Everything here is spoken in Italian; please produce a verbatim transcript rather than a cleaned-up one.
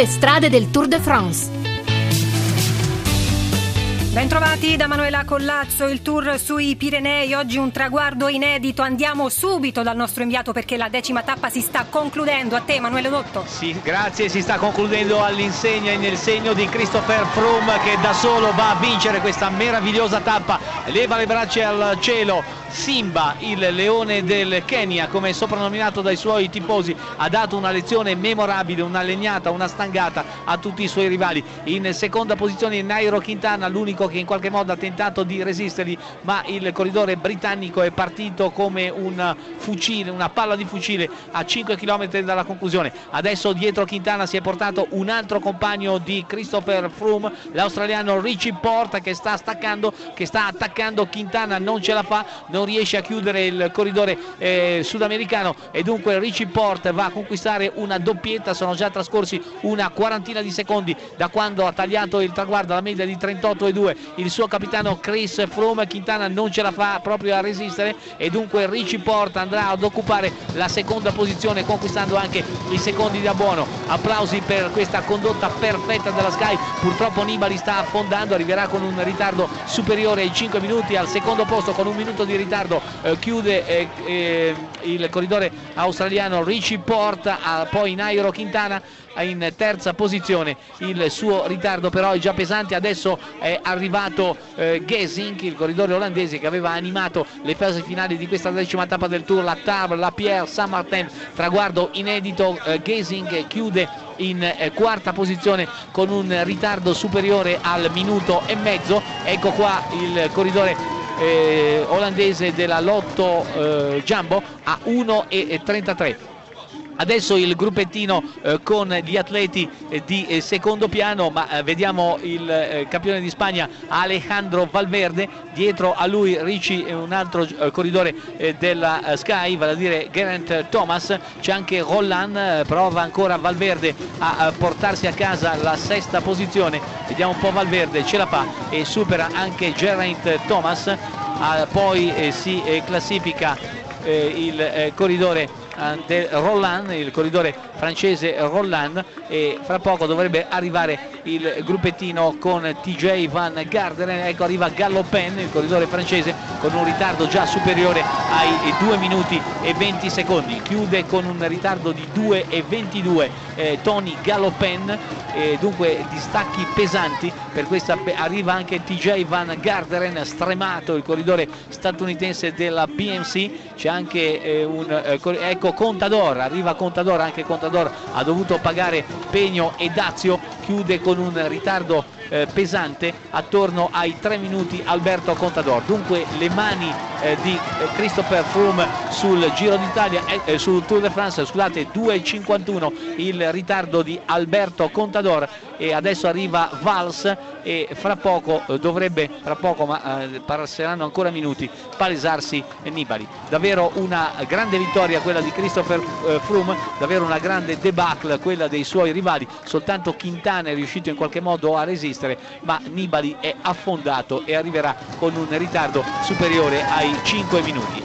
sulle strade del Tour de France. Bentrovati da Manuela Collazzo, il tour sui Pirenei, oggi un traguardo inedito. Andiamo subito dal nostro inviato perché la decima tappa si sta concludendo. A te Emanuele Dotto. Sì, grazie, si sta concludendo all'insegna e nel segno di Christopher Froome, che da solo va a vincere questa meravigliosa tappa. Leva le braccia al cielo. Simba, il leone del Kenya, come soprannominato dai suoi tifosi, ha dato una lezione memorabile, una legnata, una stangata a tutti i suoi rivali. In seconda posizione Nairo Quintana, l'unico che in qualche modo ha tentato di resistergli, ma il corridore britannico è partito come un fucile, una palla di fucile a cinque chilometri dalla conclusione. Adesso dietro Quintana si è portato un altro compagno di Christopher Froome, l'australiano Richie Porte, che sta staccando, che sta attaccando Quintana, non ce la fa, non riesce a chiudere il corridore eh, sudamericano, e dunque Richie Porte va a conquistare una doppietta. Sono già trascorsi una quarantina di secondi da quando ha tagliato il traguardo alla media di trentotto e due il suo capitano Chris Froome. Quintana non ce la fa proprio a resistere e dunque Richie Porte andrà ad occupare la seconda posizione, conquistando anche i secondi da buono. Applausi per questa condotta perfetta della Sky. Purtroppo Nibali sta affondando, arriverà con un ritardo superiore ai cinque minuti al secondo posto, con un minuto di ritardo eh, chiude eh, eh, il corridore australiano Richie Porte. Ah, poi Nairo Quintana in terza posizione, il suo ritardo però è già pesante. Adesso è arrivato eh, Gesink, il corridore olandese che aveva animato le fasi finali di questa decima tappa del Tour, la Table, la Pierre, Saint Martin, traguardo inedito. eh, Gesink chiude in eh, quarta posizione con un ritardo superiore al minuto e mezzo. Ecco qua il corridore Eh, olandese della Lotto eh, Jumbo a uno e trentatré. Adesso il gruppettino eh, con gli atleti eh, di eh, secondo piano, ma eh, vediamo il eh, campione di Spagna Alejandro Valverde, dietro a lui Richie e un altro eh, corridore eh, della eh, Sky, vale a dire Geraint Thomas. C'è anche Roland, eh, prova ancora Valverde a, a portarsi a casa la sesta posizione. Vediamo un po' Valverde, ce la fa e supera anche Geraint Thomas. Ah, poi eh, si eh, classifica eh, il eh, corridore del Roland, il corridore francese Roland, e fra poco dovrebbe arrivare il gruppettino con T J Van Garderen. Ecco, arriva Galopin, il corridore francese, con un ritardo già superiore ai due minuti e venti secondi, chiude con un ritardo di due e ventidue eh, Tony Galopin, eh, dunque distacchi pesanti per questa. Arriva anche T J Van Garderen, stremato, il corridore statunitense della B M C. C'è anche eh, un eh, ecco Contador, arriva Contador, anche Contador ha dovuto pagare pegno e dazio, chiude con un ritardo eh, pesante attorno ai tre minuti Alberto Contador. Dunque le mani eh, di eh, Christopher Froome sul Giro d'Italia, eh, sul Tour de France, scusate, due e cinquantuno il ritardo di Alberto Contador, e adesso arriva Valls e fra poco eh, dovrebbe, fra poco ma eh, passeranno ancora minuti, palesarsi Nibali. Davvero una grande vittoria quella di Christopher eh, Froome, davvero una grande debacle quella dei suoi rivali. Soltanto Quintana è riuscito in qualche modo a resistere, ma Nibali è affondato e arriverà con un ritardo superiore ai cinque minuti.